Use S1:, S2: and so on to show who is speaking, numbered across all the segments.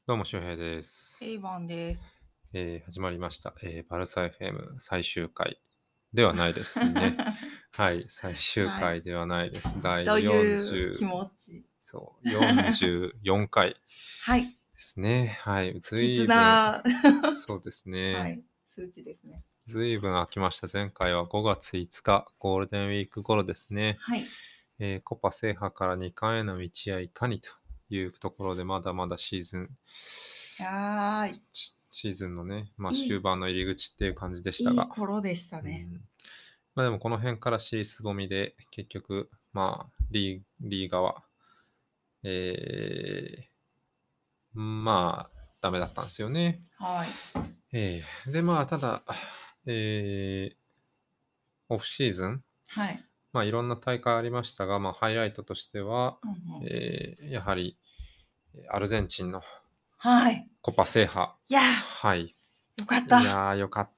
S1: どうも、周平です。
S2: エイバンです。
S1: 始まりました。バルサ FM 最終回ではないですね。はい、最終
S2: はい。
S1: 回ではないです。第
S2: という気
S1: 40、
S2: 持ち。
S1: そう、44回で
S2: はい。
S1: すね。はい、ず
S2: 不吉
S1: いぶん、
S2: な、
S1: そうですね。
S2: はい、数値ですね。
S1: ずいぶん空きました。前回は5月5日、ゴールデンウィーク頃ですね。
S2: はい。
S1: コパ制覇から2冠への道はいかにというところで、まだまだ
S2: はーい。
S1: シーズンのね、終
S2: いい、
S1: 盤の入り口っていう感じでしたが、
S2: いい頃でしたね。
S1: うん、でもこの辺から尻すぼみで、結局、リーガは、えダメだったんですよね。
S2: はい。
S1: で、ただ、えオフシーズン、
S2: はい。
S1: いろんな大会ありましたが、ハイライトとしては、
S2: うんうん。
S1: やはり、アルゼンチンの
S2: はい。
S1: コパ制覇。
S2: いや
S1: はい。
S2: ー、よかった。
S1: いやー、よかった。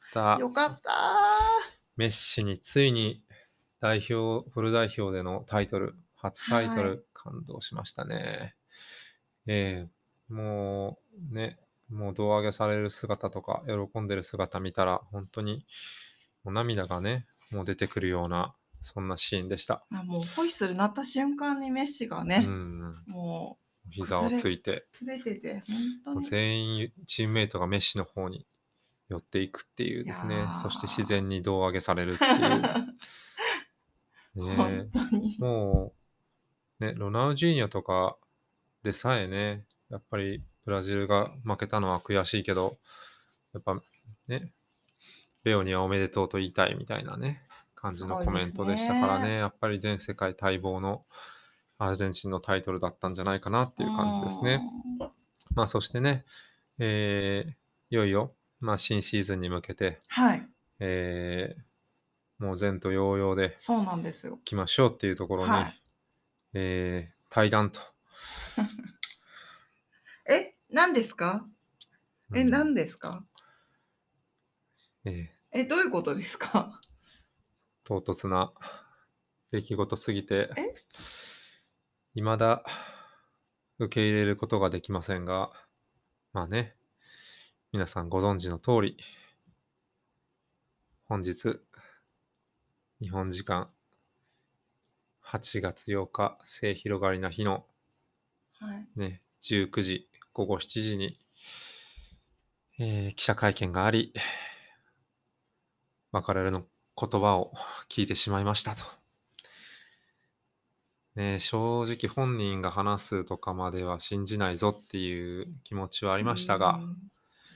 S2: よかった
S1: メッシについにフル代表でのタイトル、初タイト
S2: はい。
S1: ル、感動しましたね。えもうね、もう胴上げされる姿とか、喜んでる姿見たら、本当にもう涙がね、もう出てくるような、そんなシーンでした。
S2: もうホイッスル鳴った瞬間にメッシが
S1: う
S2: ね、
S1: ん、
S2: もう
S1: 膝をついて、
S2: 崩れてて、本当
S1: もう
S2: に。
S1: 全員チームメイトがメッシの方に寄っていくっていう
S2: いや
S1: ですね、そして自
S2: ー、
S1: 然に胴上げされるっていう、
S2: 本
S1: ね、
S2: 当に。
S1: もう、ね、ロナウジーニョとかでさえね、やっぱりブラジルが負けたのは悔しいけど、やっぱね、レオにはおめでとうと言いたいみたいなね、感じのコ
S2: すごいです
S1: メントでしたからね、
S2: ね。
S1: やっぱり全世界待望のアルゼンチンのタイトルだったんじゃないかなって
S2: うー
S1: いう感じですね。
S2: ん。
S1: そしてね、えーいよいよ、新シーズンに向けて、
S2: はい。
S1: えもう前途洋々で
S2: そうなんですよ。
S1: 来ましょうっていうところに、
S2: はい。
S1: 対談と、
S2: 何ですか？
S1: うん
S2: 何ですか？
S1: えー
S2: どういうことですか？
S1: 唐突な出来事すぎて、
S2: え？
S1: 未だ受け入れることができませんが、ね、皆さんご存知の通り、本日、日本時間8月8日、末広がりな日の
S2: はい。
S1: ね、19時、午後7時に、記者会見があり、別れの言葉を聞いてしまいましたと。ね、正直本人が話すとかまでは信じないぞっていう気持ちはあり
S2: うー
S1: ましたが、
S2: ん。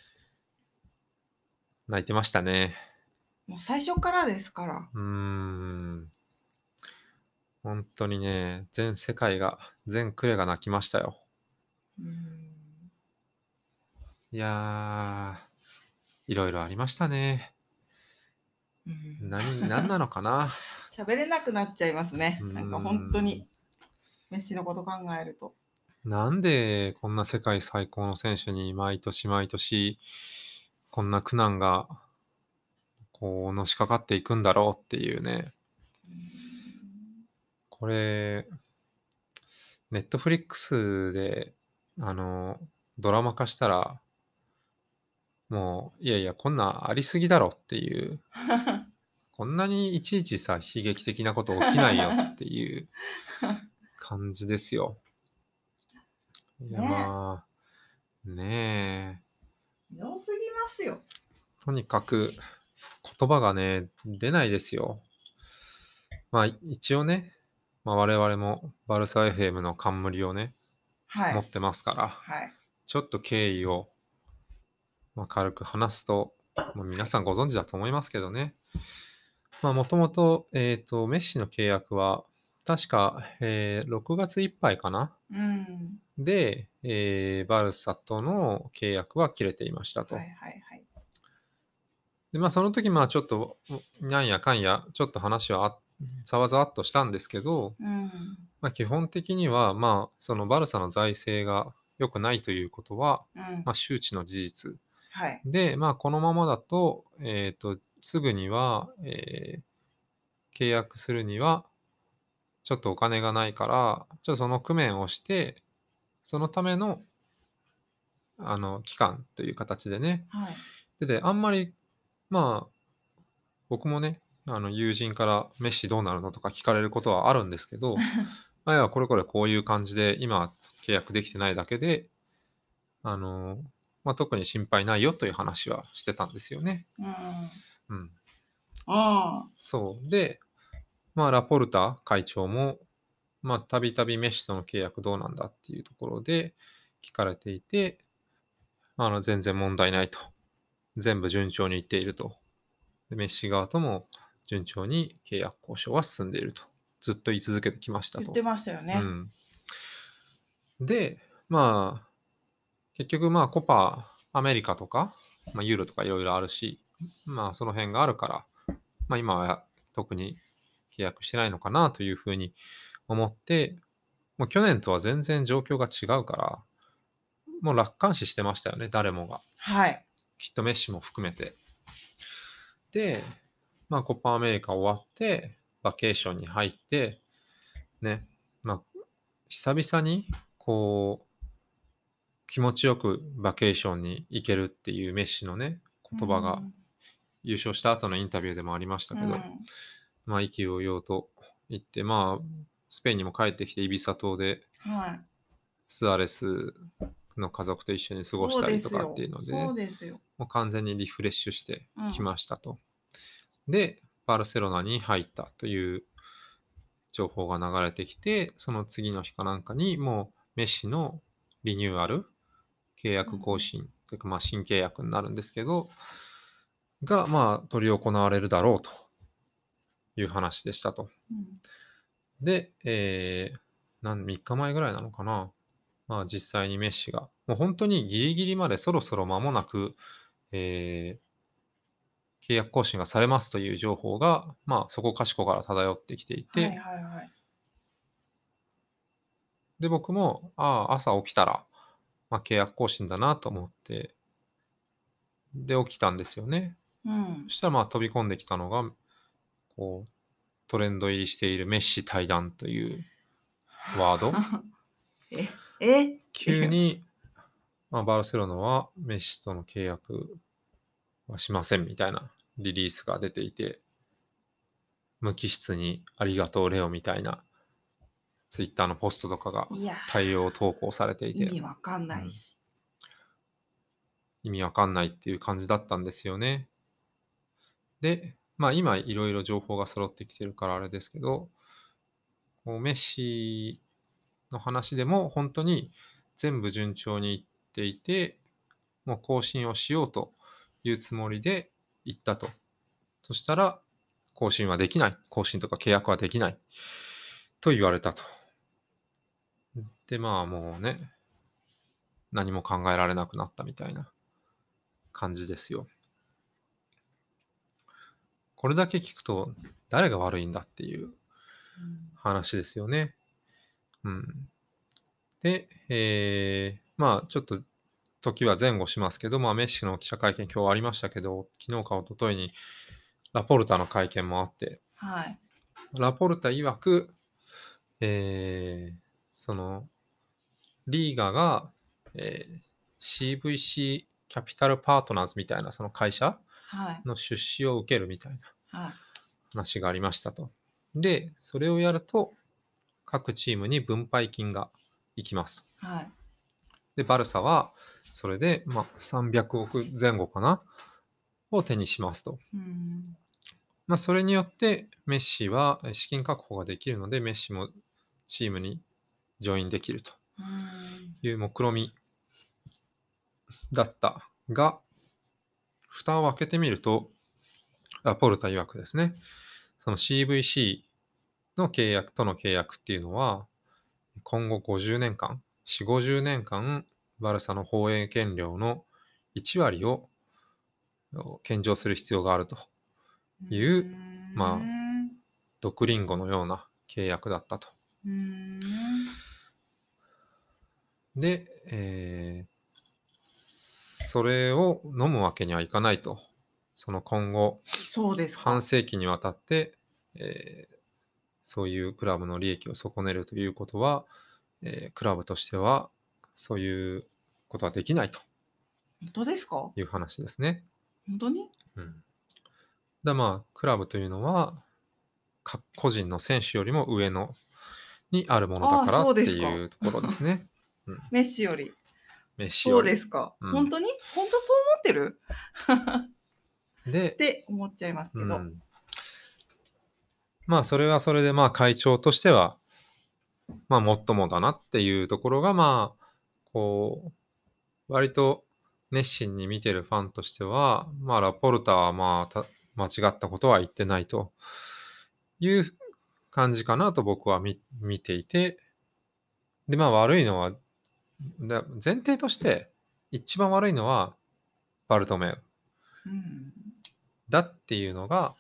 S1: 泣いてましたね。
S2: もう最初からですから。
S1: うーん。本当にね、全世界が、全クレが泣きましたよ。
S2: うーん。
S1: いやー、いろいろありましたね。
S2: うーん。
S1: なんなのかな。
S2: 喋れなくなっちゃいます
S1: うー
S2: ね。なんか本当
S1: ん。
S2: に、メッシのこと考えると。
S1: なんでこんな世界最高の選手に毎年毎年、こんな苦難が、こう、のしかかっていくんだろうっていうね。
S2: うーん。
S1: これ、ネットフリックスで、ドラマ化したら、もう、いやいや、こんなんありすぎだろっていう、こんなにいちいちさ、悲劇的なこと起きないよっていう感じですよ。いや、
S2: ね、
S1: ねえ、
S2: ひどすぎますよ。
S1: とにかく言葉がね、出ないですよ。一応ね、我々もバルサ FM の冠をね、
S2: はい。
S1: 持ってますから、
S2: はい。
S1: ちょっと経緯を、軽く話すと、皆さんご存知だと思いますけどね。もともと、メッシの契約は、確か、6月いっぱいかな
S2: うん。
S1: で、バルサとの契約は切れていましたと。
S2: はいはいはい。
S1: で、その時、ちょっと、なんやかんや、ちょっと話はざわざわっとしたんですけど、
S2: うん。
S1: 基本的には、そのバルサの財政が良くないということは、
S2: うん。
S1: 周知の事実。
S2: はい。
S1: で、このままだと、すぐには、契約するには、ちょっとお金がないから、ちょっとその工面をして、そのための期間という形でね。
S2: はい。
S1: で、あんまり、まあ、僕もね、友人からメッシどうなるのとか聞かれることはあるんですけど、まあ、要はこれこれこういう感じで、今契約できてないだけで、あの、まあ、特に心配ないよという話はしてたんですよね。
S2: うん。
S1: うん。
S2: ああ。
S1: そう。で、まあ、ラポルタ会長も、まあ、たびたびメッシとの契約どうなんだっていうところで聞かれていて、全然問題ないと。全部順調にいっていると。でメッシ側とも順調に契約交渉は進んでいると。ずっと言い続けてきましたと。
S2: 言ってましたよね。
S1: うん。で、まあ、結局まあ、コパアメリカとか、まあ、ユーロとかいろいろあるし、まあ、その辺があるから、まあ、今は特に契約してないのかなというふうに思って、もう去年とは全然状況が違うから、もう楽観視してましたよね、誰もが。
S2: はい。
S1: きっとメッシも含めて。で、まあ、コパアメリカ終わって、バケーションに入って、ね、まあ、久々に、こう、気持ちよくバケーションに行けるっていうメッシのね、
S2: う
S1: 言葉が
S2: ん。
S1: 優勝した後のインタビューでもありましたけど、
S2: うん。
S1: まあ、意気揚々と言って、まあ、スペインにも帰ってきて、イビサ島で
S2: はい。
S1: スアレスの家族と一緒に過ごし
S2: そうで
S1: たりとかって
S2: すよ。
S1: いうのでね、
S2: そうですよ。
S1: もう完全にリフレッシュしてき
S2: うん。
S1: ましたと。で、バルセロナに入ったという情報が流れてきて、その次の日かなんかにもうメッシのリニューアル、契約更
S2: うん。
S1: 新というか、まあ、新契約になるんですけど、が、まあ、執り行われるだろうという話でしたと。
S2: うん。
S1: で、3日前ぐらいなのかな。まあ、実際にメッシが、もう本当にギリギリまでそろそろ間もなく、え契約更新がされますという情報が、まあ、そこかしこから漂ってきてい
S2: はい
S1: て、
S2: はいはい。
S1: で、僕も、朝起きたら、まあ、契約更新だなと思って、で、起きたんですよね。
S2: うん。
S1: そしたら、まあ、飛び込んできたのが、こう、トレンド入りしているメッシ対談というワード。
S2: っていう。
S1: 急に、まあ、バルセロナはメッシとの契約はしませんみたいなリリースが出ていて、無機質にありがとうレオみたいなツイッターのポストとかが
S2: いや
S1: 大量投稿されてい
S2: ー、意
S1: て、
S2: 味わかん
S1: うん、
S2: ないし。
S1: 意味わかんないっていう感じだったんですよね。で、まあ今いろいろ情報が揃ってきてるからあれですけど、こうメッシの話でも本当に全部順調にいっていて、もう更新をしようというつもりで行ったと。そしたら、更新はできない。更新とか契約はできない。と言われたと。で、まあもうね、何も考えられなくなったみたいな感じですよ。これだけ聞くと、誰が悪いんだっていう
S2: うん。
S1: 話ですよね。うん。で、まあちょっと時は前後しますけど、まあメッシの記者会見今日ありましたけど、昨日か一昨日にラポルタの会見もあって、
S2: はい。
S1: ラポルタ曰く、えーそのリーガが、CVC キャピタルパートナーズみたいなその会社
S2: はい。
S1: の出資を受けるみたいな
S2: はい。
S1: 話がありましたと。で、それをやると各チームに分配金が行きます。
S2: はい。
S1: で、バルサはそれで、まあ、300億前後かなを手にしますと。
S2: うん。
S1: まあ、それによってメッシは資金確保ができるので、メッシもチームにジョインできると
S2: うん。
S1: いう目論みだったが、蓋を開けてみると、ラポルタ曰くですね、その CVC の契約との契約っていうのは、今後50年間、4、50年間、バルサの放映権料の1割を献上する必要があると
S2: う
S1: いう、まあ、
S2: ん。
S1: 毒リンゴのような契約だったと。
S2: うん。
S1: で、それを飲むわけにはいかないと。その今後、
S2: そうです
S1: 半
S2: か。
S1: 世紀にわたって、そういうクラブの利益を損ねるということは、クラブとしては、そういうことはできないと
S2: 本当ですか？
S1: いう話ですね。
S2: 本当に？
S1: うん。まあ、クラブというのは、個人の選手よりも上のにあるものだ
S2: ああ、
S1: からっ
S2: そうですか。
S1: ていうところですね。うん。
S2: メッシより。
S1: メッシ
S2: そう
S1: より。
S2: ですか。
S1: うん。
S2: 本当に？本当そう思ってる？っ
S1: で、
S2: て思っちゃいますけど。
S1: うん。まあ、それはそれで、まあ、会長としては、まあ、もっともだなっていうところが、まあ、こう、割と熱心に見てるファンとしては、まあ、ラポルタは、まあ、間違ったことは言ってないという感じかなと僕は見ていて、で、まあ、悪いのは、前提として、一番悪いのはバルトメウ
S2: うん。
S1: だっていうのが、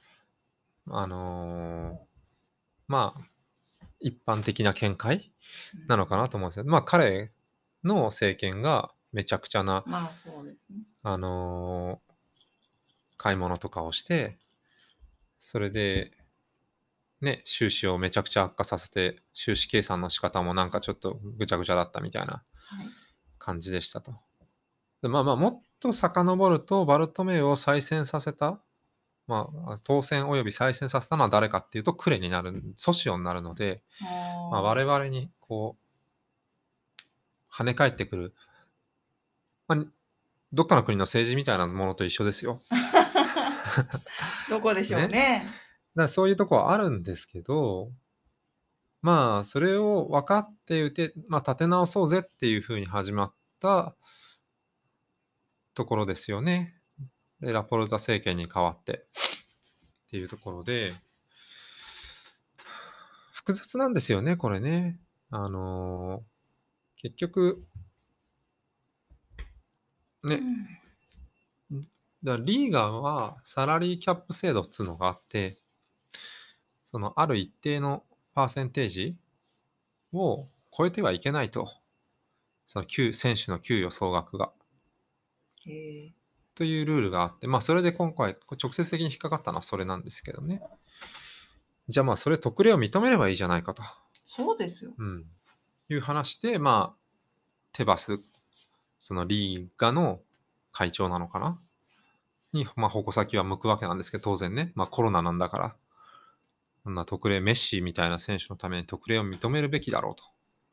S1: まあ、一般的な見解なのかなと思うんですよ。まあ、彼の政権がめちゃくちゃな、
S2: まあ、そうですね。
S1: あの、買い物とかをして、それで、ね、収支をめちゃくちゃ悪化させて、収支計算の仕方もなんかちょっとぐちゃぐちゃだったみたいな
S2: はい。
S1: 感じでしたと。で、まあまあ、もっと遡ると、バルトメイを再選させた、まあ、当選及び再選させたのは誰かっていうと、クレになる、ソシオになるので、まあ、我
S2: ああ。
S1: 々にこう、跳ね返ってくる、まあ、どっかの国の政治みたいなものと一緒ですよ。
S2: どこでしょう
S1: ね。
S2: ね。
S1: そういうとこはあるんですけど、まあ、それを分かってまあ、立て直そうぜっていう風に始まったところですよね。で、ラポルタ政権に代わってっていうところで、複雑なんですよね、これね。結局、ね、
S2: うん。
S1: リーガンはサラリーキャップ制度っつうのがあって、そのある一定のパーセンテージを超えてはいけないと。その選手の給与総額が。
S2: へえ。
S1: というルールがあって、まあそれで今回直接的に引っかかったのはそれなんですけどね。じゃあまあそれ特例を認めればいいじゃないかと。
S2: そうですよ。
S1: うん。いう話で、まあ、テバス、そのリーガの会長なのかなに、まあ矛先は向くわけなんですけど、当然ね。まあコロナなんだから。そんな特例、メッシみたいな選手のために特例を認めるべきだろうと。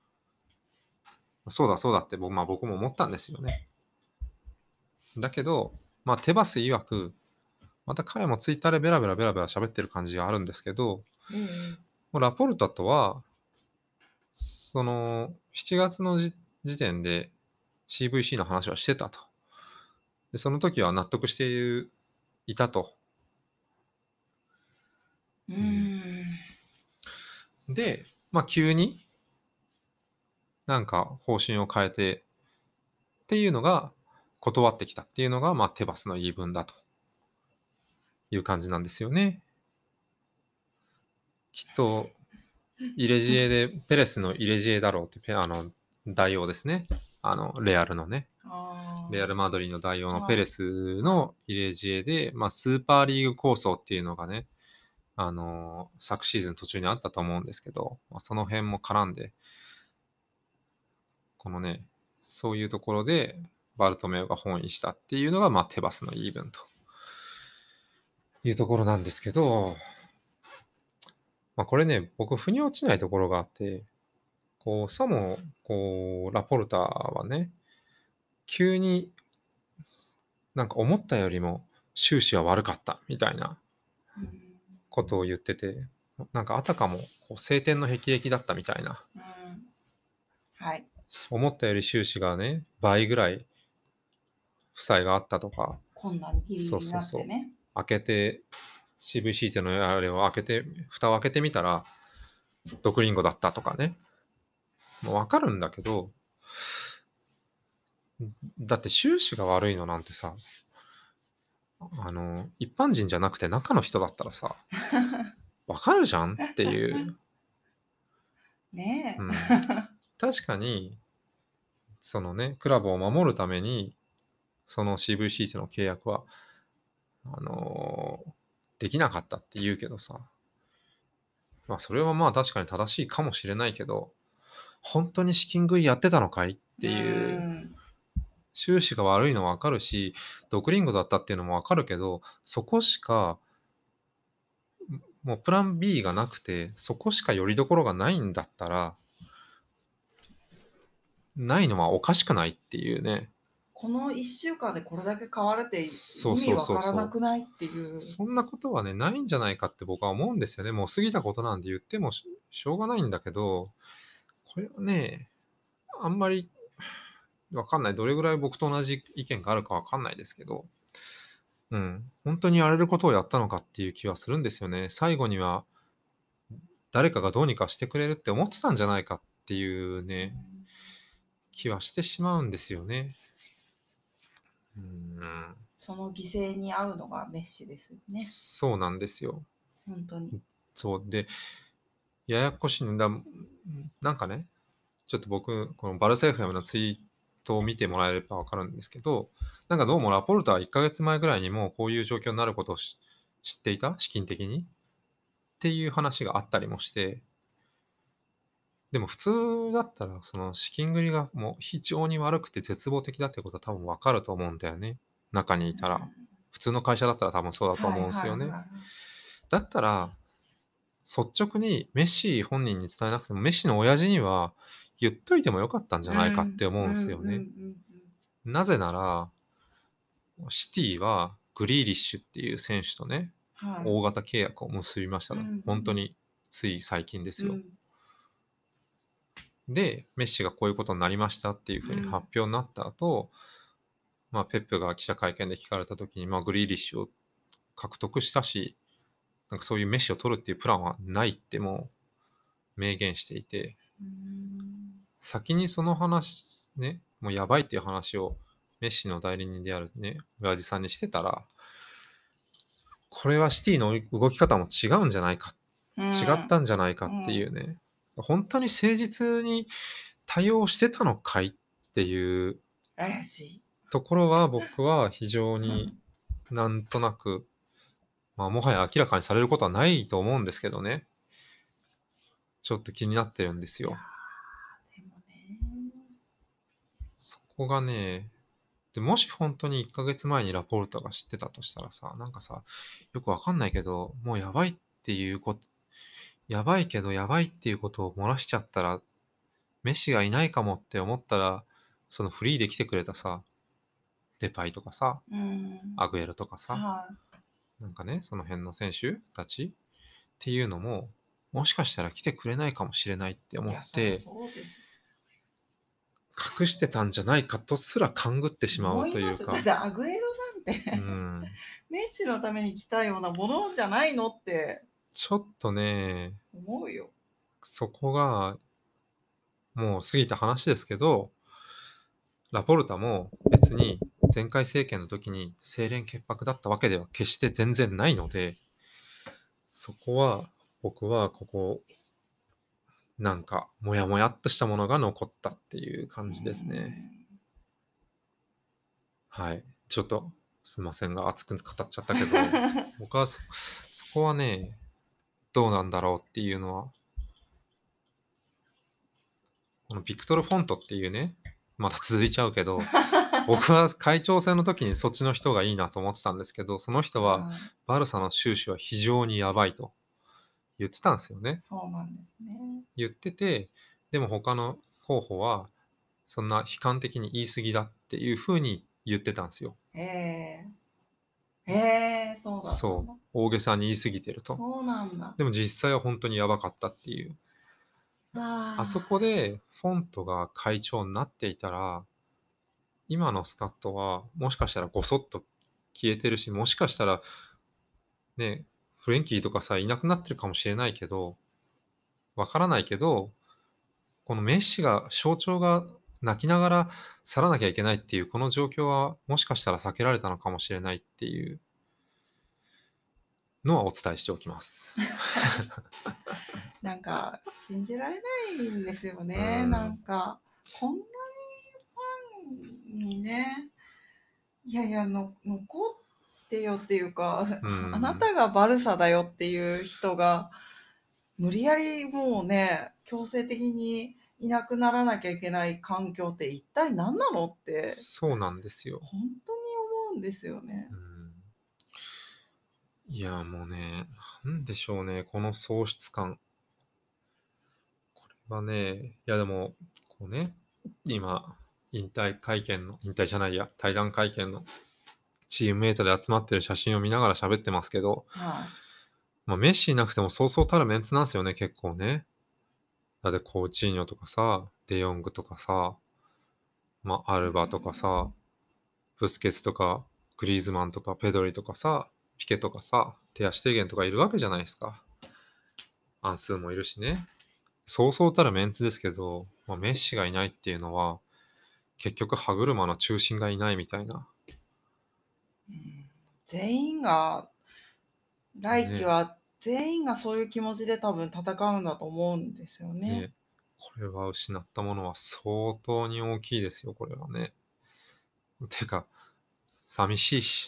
S1: そうだそうだってまあ、僕も思ったんですよね。だけど、まあ、テバス曰く、また彼もツイッターでベラベラベラベラ喋ってる感じがあるんですけど、
S2: ええ。
S1: もうラポルタとは、その7月の時点で CVC の話はしてたと。で、その時は納得していたと。
S2: うー
S1: うん、
S2: ん。
S1: で、まあ、急になんか方針を変えてっていうのが断ってきたっていうのが、まあ、テバスの言い分だという感じなんですよね。きっと入れ知恵で、ペレスの入れ知恵だろうって、大王ですね。レアルのね。レアル・マドリーの大王
S2: ああ、
S1: のペレ
S2: はい。
S1: スの入れ知恵で、まあ、スーパーリーグ構想っていうのがね、昨シーズン途中にあったと思うんですけど、まあ、その辺も絡んで、このね、そういうところで、バルトメオが本意したっていうのが、まあ、テバスの言い分というところなんですけど、まあ、これね、僕、腑に落ちないところがあって、さも、ラポルタはね、急になんか思ったよりも収支は悪かったみたいな
S2: うん。
S1: ことを言ってて、なんかあたかも晴天の霹靂だったみたいな、
S2: うん。はい。
S1: 思ったより収支がね、倍ぐらい負債があったとか、
S2: こんなにギリ
S1: そう
S2: ギリに
S1: そうそう、
S2: なってね。
S1: 開けて、CVC っていうのあれを開けて、蓋を開けてみたら、毒リンゴだったとかね、もうわかるんだけど、だって収支が悪いのなんてさ、一般人じゃなくて中の人だったらさ、わかるじゃんっていう。う
S2: ねえ。
S1: ん。確かに、そのね、クラブを守るために、その CVC との契約は、あのできなかったって言うけどさ、まあそれはまあ確かに正しいかもしれないけど、本当に資金繰りやってたのかいっ
S2: うー
S1: ていう
S2: ん。
S1: 収支が悪いのはわかるし、毒リンゴだったっていうのもわかるけど、そこしか、もうプラン B がなくて、そこしか拠り所がないんだったら、ないのはおかしくないっていうね。
S2: この1週間でこれだけ変わるって
S1: そうそう
S2: 意味わからな
S1: そうそう。
S2: くないっていう。
S1: そんなことはね、ないんじゃないかって僕は思うんですよね。もう過ぎたことなんで言ってもしょうがないんだけど、これはね、あんまりわかんない。どれぐらい僕と同じ意見があるかわかんないですけど、うん、本当にやれることをやったのかっていう気はするんですよね。最後には誰かがどうにかしてくれるって思ってたんじゃないかっていうね、気はしてしまうんですよね。うん、
S2: その犠牲に遭うのがメッシですよね。
S1: そうなんですよ。
S2: 本当に。
S1: そう。で、ややこしいんだ。なんかね、ちょっと僕、このバルセーフェムのツイートを見てもらえればわかるんですけど、なんかどうもラポルトは1ヶ月前ぐらいにもうこういう状況になることを知っていた資金的にっていう話があったりもして、でも普通だったらその資金繰りがもう非常に悪くて絶望的だってことは多分わかると思うんだよね。中にいたら。普通の会社だったら多分そうだと
S2: はい
S1: 思うんですよね。
S2: はいはい。
S1: だったら、率直にメッシ本人に伝えなくても、メッシの親父には言っといてもよかったんじゃないかって思うんですよね。なぜなら、シティはグリーリッシュっていう選手とね、
S2: はい。
S1: 大型契約を結びましたと。本当につい最近ですよ。で、メッシがこういうことになりましたっていうふうに発表になった後、ペップが記者会見で聞かれた時に、グリーリッシュを獲得したし、なんかそういうメッシを取るっていうプランはないってもう明言していて、先にその話ね、もうやばいっていう話をメッシの代理人であるね、親父さんにしてたら、これはシティの動き方も違うんじゃないか、違ったんじゃないかっていうね、本当に誠実に対応してたのかいっていう
S2: 怪しい。
S1: ところは僕は非常になんとなく、もはや明らかにされることはないと思うんですけどね、ちょっと気になってるんです
S2: いや
S1: よ。
S2: ー、でもね。
S1: そこがね、で、もし本当に1ヶ月前にラポルトが知ってたとしたらさ、なんかさ、よくわかんないけど、もうやばいっていうことやばいけどやばいっていうことを漏らしちゃったら、メッシがいないかもって思ったら、そのフリーで来てくれたさ、デパイとかさ、アグエロとかさ、
S2: は
S1: なんかね、その辺の選手たちっていうのも、もしかしたら来てくれないかもしれないって
S2: い。い
S1: 思っ
S2: や、そりゃ
S1: て、
S2: そうです。
S1: 隠してたんじゃないかとすら勘ぐってしまう
S2: 思います。だっ
S1: というか、
S2: てアグエロなんてメッシのために来たようなものじゃないのって
S1: ちょっとね、
S2: 思うよ。
S1: そこがもう過ぎた話ですけど、ラポルタも別に前回政権の時に清廉潔白だったわけでは決して全然ないので、そこは僕はここ、なんかもやもやっとしたものが残ったっていう感じですね。はい。ちょっとすいませんが熱く語っちゃったけど、僕はそこはね、どうなんだろうっていうのは、このビクトル・フォントっていうね、まだ続いちゃうけど、僕は会長選の時にそっちの人がいいなと思ってたんですけど、その人は
S2: はい。
S1: バルサの収支は非常にやばいと言ってたんですよね。
S2: そうなんですね。
S1: 言ってて、でも他の候補はそんな悲観的に言い過ぎだっていうふうに言ってたんですよ。
S2: ええそうだったんだ。
S1: そう。大げさに言い過ぎてると。
S2: そうなんだ。
S1: でも実際は本当にやばかったっていう。あそこ
S2: あ
S1: でフォントが会長になっていたら、今のスカットはもしかしたらごそっと消えてるし、もしかしたらね、フレンキーとかさ、いなくなってるかもしれないけど、わからないけど、このメッシが、象徴が泣きながら去らなきゃいけないっていう、この状況はもしかしたら避けられたのかもしれないっていうのはお伝えしておきます。
S2: なんか信じられないんですよ
S1: う
S2: ね。な
S1: ん。
S2: んかこんなにファンにね、いやいや残ってよっていうか、
S1: う
S2: あなた
S1: ん。
S2: がバルサだよっていう人が無理やりもうね、強制的にいなくならなきゃいけない環境って一体何なのって
S1: そうなんですよ。
S2: 本当に思うんですよね。
S1: うん。いや、もうね、なんでしょうね、この喪失感。これはね、いやでも、こうね、今、引退じゃないや、対談会見のチームメイトで集まってる写真を見ながら喋ってますけど、
S2: はい。
S1: まあ、メッシいなくてもそうそうたるメンツなんですよね、結構ね。だってコーチーニョとかさ、デヨングとかさ、まあ、アルバとかさ、ブスケツとか、グリーズマンとか、ペドリとかさ、ピケとかさ、テアシュテーゲンとかいるわけじゃないですか。アンスーもいるしね。そうそうたるメンツですけど、まあ、メッシがいないっていうのは、結局歯車の中心がいないみたいな。
S2: 全員が来季
S1: ね、
S2: は全員がそういう気持ちで多分戦うんだと思うんですよね。
S1: ね、これは失ったものは相当に大きいですよ、これはね。てか、寂しいし。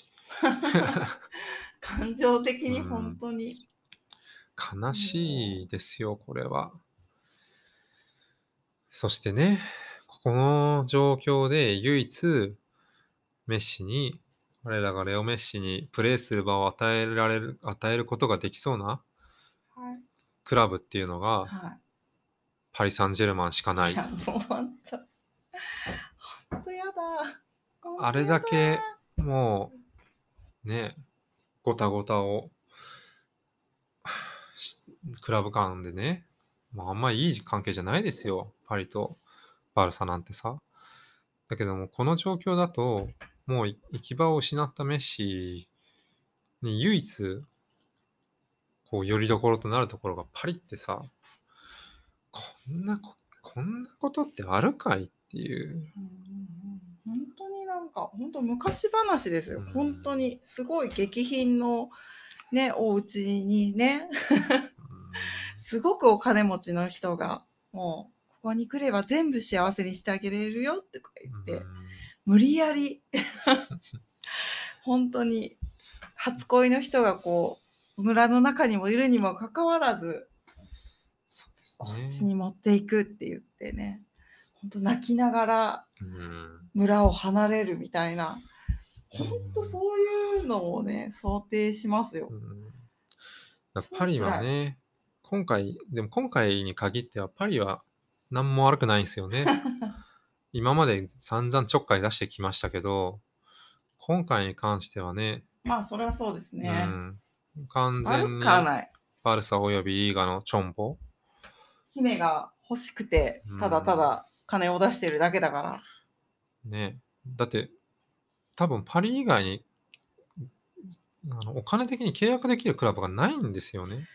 S2: 感情的
S1: う
S2: に本
S1: ん、
S2: 当に
S1: 悲しい
S2: も
S1: ですよ、これは。そしてね、この状況で唯一、メッシに、我らがレオ・メッシにプレーする場を与えることができそうな
S2: う、はい、
S1: クラブっていうのが、
S2: は
S1: パリ・サンジェルマンしかな
S2: い。い
S1: い。
S2: や、もう本当やだ。本
S1: あれ
S2: 当やだ。
S1: だけ、もう、ね、ごたごたをしクラブ間でね、もうあんまいい関係じゃないですよ。パリとバルサなんてさ。だけども、この状況だと、もう行き場を失ったメッシに唯一、こう、拠り所となるところがパリってさ、ここんなことってあるかいっていう。
S2: うんうんうん、本当になんか本当昔話です
S1: う
S2: よ。本当
S1: ん。
S2: にすごい激貧のね、お家にね、すごくお金持ちの人が、もう、ここに来れば全部幸せにしてあげれるよとか言っ
S1: う
S2: て、
S1: ん。
S2: 無理やり、本当に、初恋の人がこう、村の中にもいるにもかかわらず、
S1: そうです
S2: こっち
S1: ね。
S2: に持っていくって言ってね、本当泣きながら
S1: うん。
S2: 村を離れるみたいな、
S1: う
S2: 本当
S1: ん。
S2: そういうのをね、想定しますよ。
S1: うん。パリは
S2: 超辛い。
S1: ね、でも今回に限ってはパリは何も悪くないんですよね。今まで散々ちょっかい出してきましたけど、今回に関してはね、
S2: まあ、それはそうです
S1: う
S2: ね。
S1: ん、完
S2: 悪
S1: 全に
S2: くはない。
S1: バルサおよびリーガのチョンボ。
S2: 姫が欲しくて、
S1: う
S2: ただた
S1: ん、
S2: だ金を出してるだけだから。
S1: ね。だって多分パリ以外にお金的に契約できるクラブがないんですよね。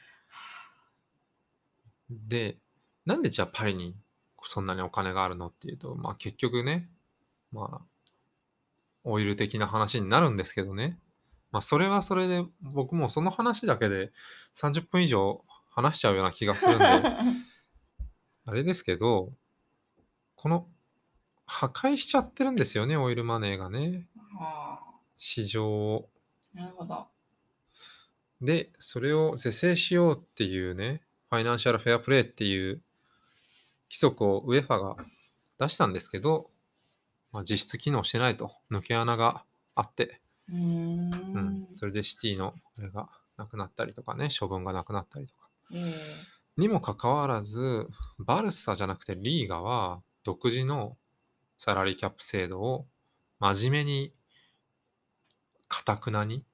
S1: で、なんでじゃあパリにそんなにお金があるのっていうと、まあ結局ね、まあオイル的な話になるんですけどね。まあそれはそれで僕もその話だけで30分以上話しちゃうような気がするんで、あれですけど、この破壊しちゃってるんですよね、オイルマネーがね。
S2: はあ、
S1: 市場を。
S2: なるほど。
S1: で、それを是正しようっていうね、ファイナンシャルフェアプレーっていう規則をウェファが出したんですけど、まあ、実質機能してないと、抜け穴があって、
S2: うー
S1: うん、
S2: ん。
S1: それでシティのあれがなくなったりとかね、処分がなくなったりとか。
S2: ええ、
S1: にもかかわらず、バルサじゃなくてリーガは独自のサラリーキャップ制度を真面目に、かたくなに、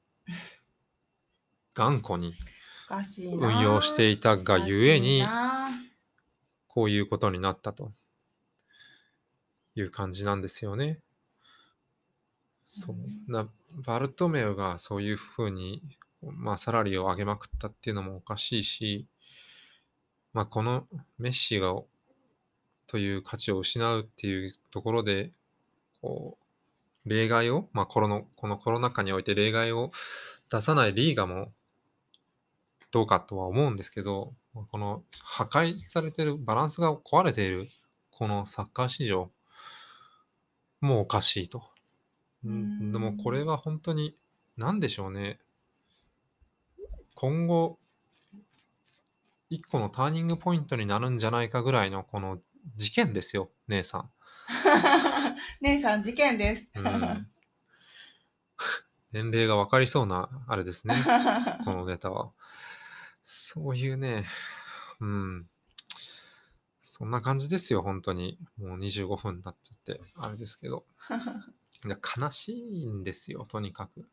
S1: 頑固に
S2: おかしい
S1: 運用
S2: な。
S1: していた
S2: お
S1: が
S2: かしい
S1: ゆえに、
S2: な。
S1: こういうことになったという感じなんですよね。
S2: う
S1: そ
S2: ん、
S1: う。バルトメウがそういうふうに、まあ、サラリーを上げまくったっていうのもおかしいし、まあ、このメッシがという価値を失うっていうところで、こ例外を、まあ、このコロナ禍において例外を出さないリーガもどうかとは思うんですけど、この破壊されてる、バランスが壊れている、このサッカー市場もおかしいと。
S2: う
S1: でもこれ
S2: ん、
S1: は本当に、なんでしょうね。今後、一個のターニングポイントになるんじゃないかぐらいのこの事件ですよ、姉さん。
S2: 姉さん事件です。
S1: 年齢が分かりそうな、あれですね。このネタは。そういうね、そんな感じですよ、本当に。もう25分になっちゃって、あれですけど。いや悲しいんですよ、とにかく。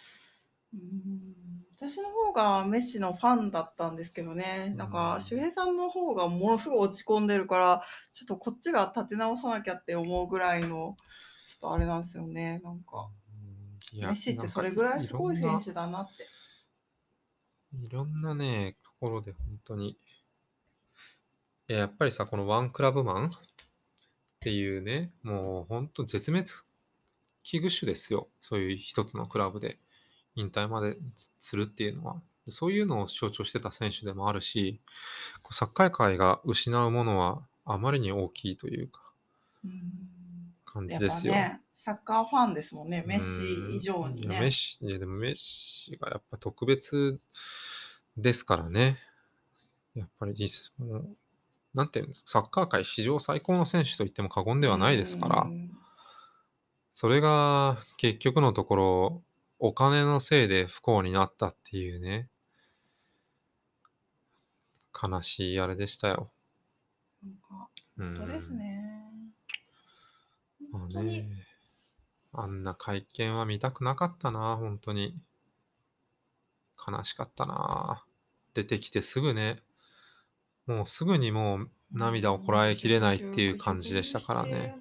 S2: 私の方がメッシのファンだったんですけどね、なんか周平さんの方がものすごい落ち込んでるから、ちょっとこっちが立て直さなきゃって思うぐらいの、ちょっとあれなんですよね、なんか。メッシってそれぐらいすごい選手だなって。
S1: いろんなね、ところで本当に。やっぱりさ、このワンクラブマンっていうね、もう本当絶滅危惧種ですよ。そういう一つのクラブで引退までするっていうのは。そういうのを象徴してた選手でもあるし、サッカー界が失うものはあまりに大きいというか、感じですよ。
S2: やっぱね、サッカーファンですもんね、メッシ以上にね。
S1: でもメッシがやっぱ特別ですからね。やっぱりなんていうんですか、サッカー界史上最高の選手と言っても過言ではないですから、それが結局のところ、お金のせいで不幸になったっていうね、悲しいあれでしたよ。
S2: 本当ですね。
S1: まあね、あんな会見は見たくなかったな、本当に。悲しかったな。出てきてすぐね、もうすぐにもう涙をこらえきれないっていう感じでしたからね。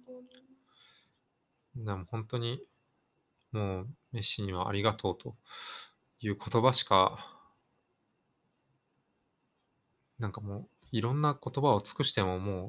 S1: でも本当に、もうメッシにはありがとうという言葉しか、なんかもういろんな言葉を尽くしてもも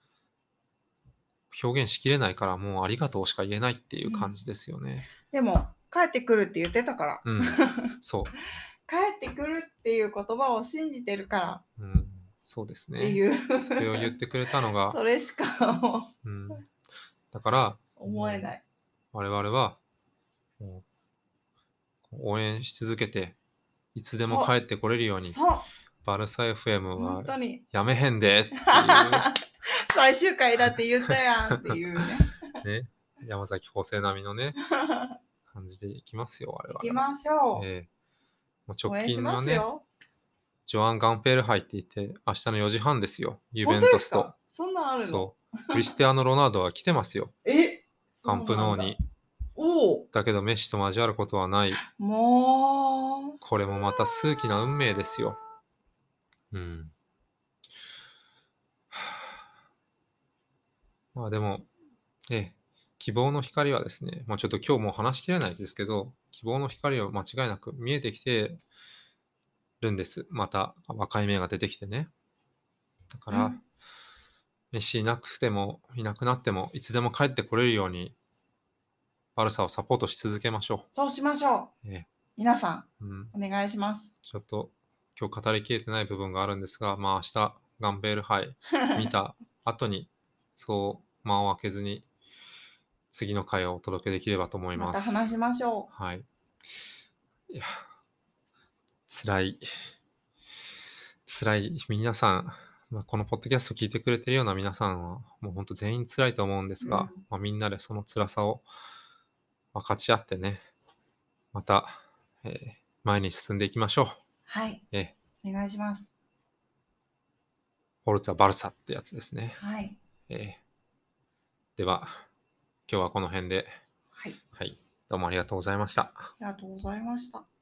S1: う表現しきれないから、もうありがとうしか言えないっていう感じですよね。
S2: でも、帰ってくるって言ってたから。
S1: そう。
S2: 帰ってくるっていう言葉を信じてるから。
S1: そうですね。
S2: っていう。
S1: それを言ってくれたのが、
S2: それしかも
S1: だから、
S2: 思えない。
S1: 我々は、もう応援し続けて、いつでも帰ってこれるように、バルサ FM はやめへんでっていう。
S2: 最終回だって言ったやんっていうね。
S1: ね、山崎補正並みのね、感じでいきますよ、我々は。
S2: 行きましょう。
S1: もう直近のね、ジョアン・ガンペール杯って言って、明日の4時半ですよ、ユベントスと。
S2: そんなんあるの？
S1: そう。クリスティアーノ・ロナウドは来てますよ。カンプノーに。だけどメッシと交わることはない。
S2: もう。
S1: これもまた数奇な運命ですよ。まあでも、希望の光はですね、まあちょっと今日もう話しきれないですけど、希望の光は間違いなく見えてきてるんです。また若い芽が出てきてね。だから、メッシいなくてもいなくなってもいつでも帰ってこれるようにバルサをサポートし続けましょう。
S2: そうしましょう。皆さん、お願いします。
S1: ちょっと今日語りきれてない部分があるんですが、まあ明日ガンベール杯見た後にそう間を空けずに次の回をお届けできればと思います。
S2: また話しましょ
S1: う。はい。いや、辛い皆さん、このポッドキャスト聞いてくれてるような皆さんはもう本当全員辛いと思うんですが、みんなでその辛さを分かち合ってね、また、前に進んでいきましょう。
S2: はい。お願いします。
S1: フォルツァ・バルサってやつですね。
S2: はい。
S1: では、今日はこの辺で。
S2: はい。
S1: どうもありがとうございました。
S2: ありがとうございました。